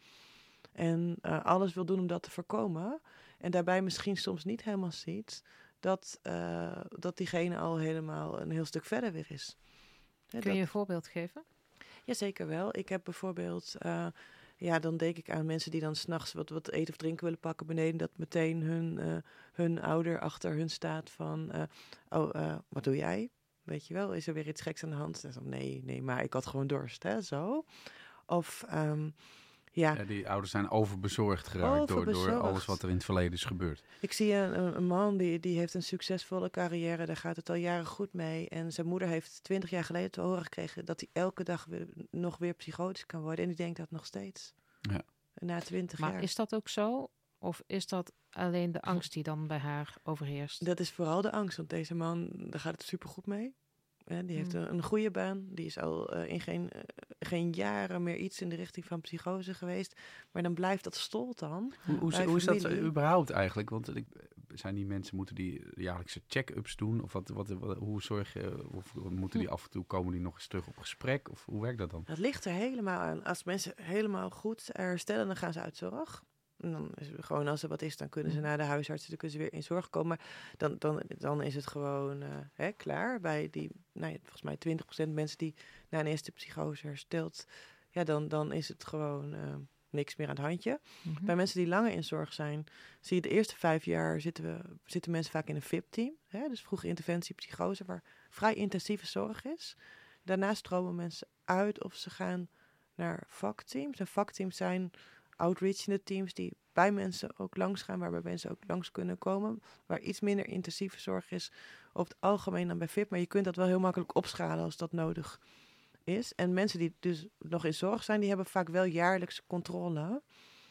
En uh, alles wil doen om dat te voorkomen. En daarbij misschien soms niet helemaal ziet dat, uh, dat diegene al helemaal een heel stuk verder weer is. Kun je dat... een voorbeeld geven? Jazeker wel. Ik heb bijvoorbeeld... Uh, Ja, dan denk ik aan mensen die dan 's nachts wat, wat eten of drinken willen pakken beneden. Dat meteen hun, uh, hun ouder achter hun staat van... Uh, oh, uh, wat doe jij? Weet je wel, is er weer iets geks aan de hand? Dan nee, nee, maar ik had gewoon dorst, hè, zo. Of um, Ja. Ja, die ouders zijn overbezorgd geraakt door, door Overbezorgd. alles wat er in het verleden is gebeurd. Ik zie een, een man die, die heeft een succesvolle carrière. Daar gaat het al jaren goed mee. En zijn moeder heeft twintig jaar geleden te horen gekregen dat hij elke dag weer, nog weer psychotisch kan worden. En die denkt dat nog steeds. Ja. Na twintig Maar jaar. is dat ook zo? Of is dat alleen de angst die dan bij haar overheerst? Dat is vooral de angst. Want deze man, daar gaat het supergoed mee. Ja, die heeft Hmm. een, een goede baan. Die is al uh, in geen, uh, geen jaren meer iets in de richting van psychose geweest. Maar dan blijft dat stolt dan. Hoe, hoe, Bij hoe is dat familie. überhaupt eigenlijk? Want ik, zijn die mensen, moeten die jaarlijkse check-ups doen? Of wat, wat, wat, hoe zorg je, of moeten die af en toe, komen die nog eens terug op gesprek? Of hoe werkt dat dan? Dat ligt er helemaal aan. Als mensen helemaal goed herstellen, dan gaan ze uit zorg. En dan is het gewoon, als er wat is, dan kunnen ze naar de huisarts, dan kunnen ze weer in zorg komen. Maar dan, dan, dan is het gewoon uh, hè, klaar. Bij die, nou ja, volgens mij twintig procent mensen die na een eerste psychose herstelt, ja, dan, dan is het gewoon uh, niks meer aan het handje. Mhm. Bij mensen die langer in zorg zijn, zie je de eerste vijf jaar zitten, we, zitten mensen vaak in een V I P-team. Hè, dus vroege interventie psychose, waar vrij intensieve zorg is. Daarna stromen mensen uit of ze gaan naar vakteams. En vakteams zijn outreachende teams die bij mensen ook langs gaan, waarbij mensen ook langs kunnen komen, waar iets minder intensieve zorg is over het algemeen dan bij V I P. Maar je kunt dat wel heel makkelijk opschalen als dat nodig is. En mensen die dus nog in zorg zijn, die hebben vaak wel jaarlijkse controle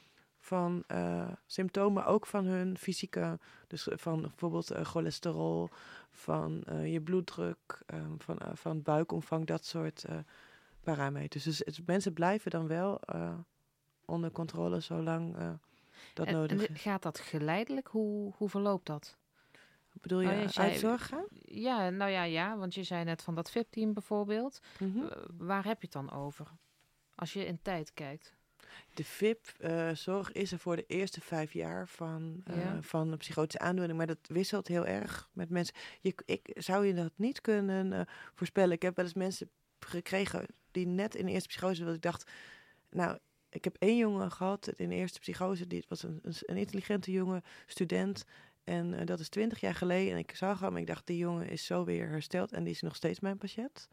van uh, symptomen, ook van hun fysieke, dus van bijvoorbeeld uh, cholesterol, van uh, je bloeddruk, um, van, uh, van buikomvang, dat soort uh, parameters. Dus het, mensen blijven dan wel uh, onder controle zolang uh, dat en, nodig en is. gaat dat geleidelijk? Hoe, hoe verloopt dat? Bedoel je, Oh, je zei- uit zorg gaan? Ja, nou ja, ja, want je zei net van dat V I P-team bijvoorbeeld. Mm-hmm. Uh, waar heb je het dan over? Als je in tijd kijkt. De V I P-zorg uh, is er voor de eerste vijf jaar van, uh, Ja. van een psychotische aandoening. Maar dat wisselt heel erg met mensen. Je, ik zou je dat niet kunnen uh, voorspellen. Ik heb wel eens mensen gekregen die net in de eerste psychose, dat ik dacht, nou, ik heb één jongen gehad in de eerste psychose. Die was een, een, een intelligente jonge student. En uh, dat is twintig jaar geleden. En ik zag hem en ik dacht, die jongen is zo weer hersteld. En die is nog steeds mijn patiënt.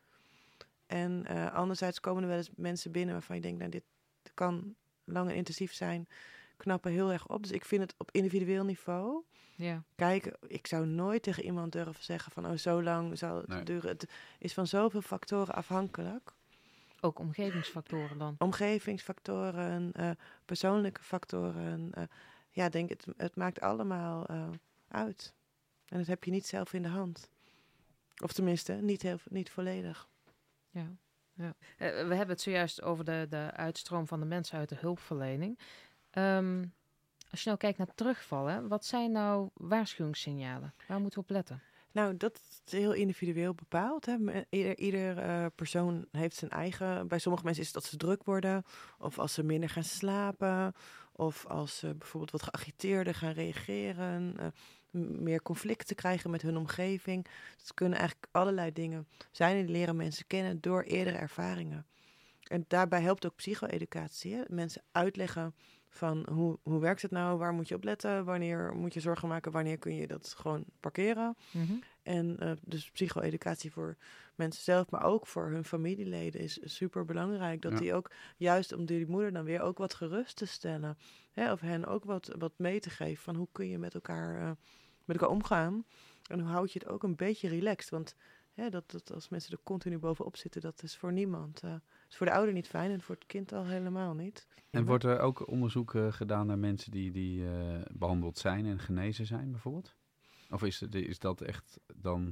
En uh, anderzijds komen er wel eens mensen binnen waarvan je denkt, nou, dit kan lang en intensief zijn, knappen heel erg op. Dus ik vind het op individueel niveau. Ja. Kijk, ik zou nooit tegen iemand durven zeggen van, oh, zo lang zal het Nee. duren. Het is van zoveel factoren afhankelijk. Ook omgevingsfactoren dan. Omgevingsfactoren, uh, persoonlijke factoren. Uh, ja, denk het, het maakt allemaal uh, uit. En dat heb je niet zelf in de hand. Of tenminste, niet, heel, niet volledig. Ja. Ja. Uh, we hebben het zojuist over de, de uitstroom van de mensen uit de hulpverlening. Um, als je nou kijkt naar terugvallen, wat zijn nou waarschuwingssignalen? Waar moeten we op letten? Nou, dat is heel individueel bepaald. Hè. Ieder, ieder uh, persoon heeft zijn eigen. Bij sommige mensen is het dat ze druk worden, of als ze minder gaan slapen, of als ze bijvoorbeeld wat geagiteerder gaan reageren, uh, meer conflicten krijgen met hun omgeving. Het kunnen eigenlijk allerlei dingen zijn. Die leren mensen kennen door eerdere ervaringen. En daarbij helpt ook psycho-educatie. Hè? Mensen uitleggen van hoe, hoe werkt het nou, waar moet je op letten, wanneer moet je zorgen maken, wanneer kun je dat gewoon parkeren. Mm-hmm. En uh, dus psycho-educatie voor mensen zelf, maar ook voor hun familieleden is super belangrijk. Dat Ja. die ook, juist om die moeder dan weer ook wat gerust te stellen. Hè, of hen ook wat, wat mee te geven van hoe kun je met elkaar, uh, met elkaar omgaan. En hoe houd je het ook een beetje relaxed. Want hè, dat, dat als mensen er continu bovenop zitten, dat is voor niemand. Uh, is voor de ouder niet fijn en voor het kind al helemaal niet. En wordt er ook onderzoek uh, gedaan naar mensen die, die uh, behandeld zijn en genezen zijn bijvoorbeeld? Of is, het, is dat echt dan...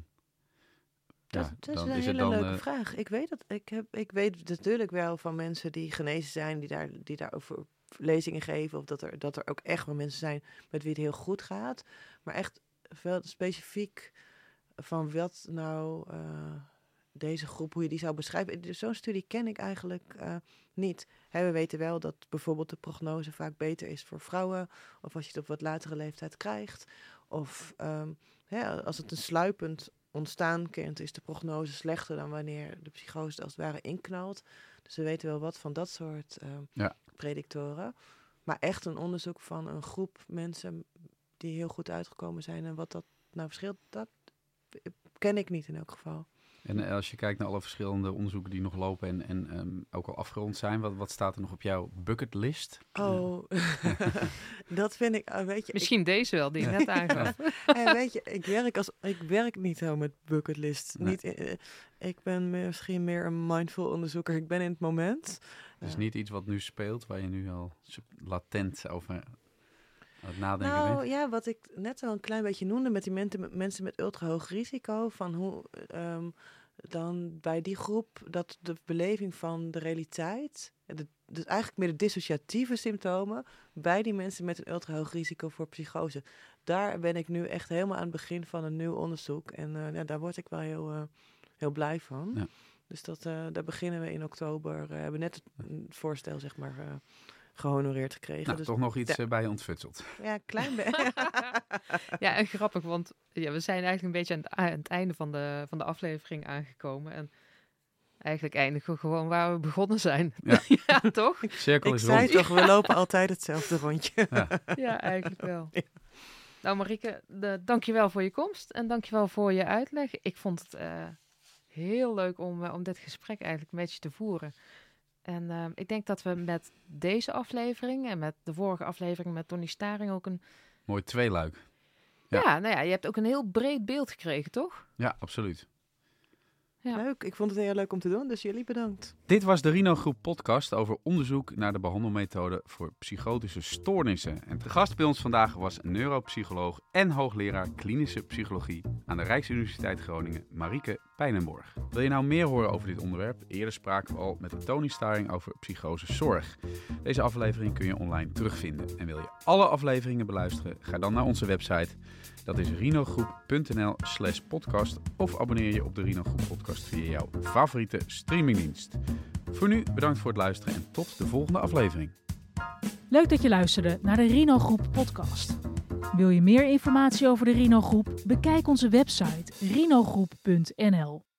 Dat, ja, dat is dan een is hele het dan, leuke uh, vraag. Ik weet, dat, ik, heb, ik weet natuurlijk wel van mensen die genezen zijn, die, daar, die daarover lezingen geven. Of dat er, dat er ook echt wel mensen zijn met wie het heel goed gaat. Maar echt wel specifiek van wat nou uh, deze groep, hoe je die zou beschrijven. Dus zo'n studie ken ik eigenlijk uh, niet. Hè, we weten wel dat bijvoorbeeld de prognose vaak beter is voor vrouwen. Of als je het op wat latere leeftijd krijgt. Of um, hè, als het een sluipend ontstaan kent, is de prognose slechter dan wanneer de psychose als het ware inknalt. Dus we weten wel wat van dat soort uh, ja. predictoren. Maar echt een onderzoek van een groep mensen die heel goed uitgekomen zijn en wat dat nou verschilt, dat ken ik niet in elk geval. En uh, als je kijkt naar alle verschillende onderzoeken die nog lopen en, en um, ook al afgerond zijn, wat, wat staat er nog op jouw bucketlist? Oh, dat vind ik, uh, weet je... Misschien ik, deze wel, die je net aangaf. uh, weet je, ik werk, als, ik werk niet zo met bucketlist. Nee. Niet, uh, ik ben misschien meer een mindful onderzoeker. Ik ben in het moment. Dus uh, niet iets wat nu speelt, waar je nu al latent over aan het nadenken nou, bent? ja, wat ik net al een klein beetje noemde met die mensen met, mensen met ultra hoog risico, van hoe um, dan bij die groep dat de beleving van de realiteit, de, dus eigenlijk meer de dissociatieve symptomen bij die mensen met een ultra hoog risico voor psychose. Daar ben ik nu echt helemaal aan het begin van een nieuw onderzoek en uh, ja, daar word ik wel heel, uh, heel blij van. Ja. Dus dat, uh, daar beginnen we in oktober. We uh, hebben net het, het voorstel, zeg maar, uh, gehonoreerd gekregen. Nou, dus toch nog iets ja. uh, bij je ontfutseld. Ja, een klein beetje. Ja, en grappig, want ja, we zijn eigenlijk een beetje aan het, aan het einde van de, van de aflevering aangekomen. En eigenlijk eindigen we gewoon waar we begonnen zijn. Ja, ja toch? Cirkel Ik is zei rond. toch, we lopen altijd hetzelfde rondje. Ja. Ja, eigenlijk wel. Nou Marieke, de, dankjewel voor je komst en dankjewel voor je uitleg. Ik vond het uh, heel leuk om, uh, om dit gesprek eigenlijk met je te voeren. En uh, ik denk dat we met deze aflevering en met de vorige aflevering met Donnie Staring ook een... Mooi tweeluik. Ja. Ja, nou ja, je hebt ook een heel breed beeld gekregen, toch? Ja, absoluut. Ja. Leuk, ik vond het heel leuk om te doen, dus jullie bedankt. Dit was de Rino Groep podcast over onderzoek naar de behandelmethode voor psychotische stoornissen. En te gast bij ons vandaag was neuropsycholoog en hoogleraar klinische psychologie aan de Rijksuniversiteit Groningen, Marieke Pijnenborg. Wil je nou meer horen over dit onderwerp? Eerder spraken we al met de Tony Staring over psychosezorg. Deze aflevering kun je online terugvinden. En wil je alle afleveringen beluisteren? Ga dan naar onze website. Dat is rinogroep.nl slash podcast of abonneer je op de Rino Groep podcast via jouw favoriete streamingdienst. Voor nu bedankt voor het luisteren en tot de volgende aflevering. Leuk dat je luisterde naar de Rino Groep podcast. Wil je meer informatie over de Rino Groep? Bekijk onze website rinogroep punt n l.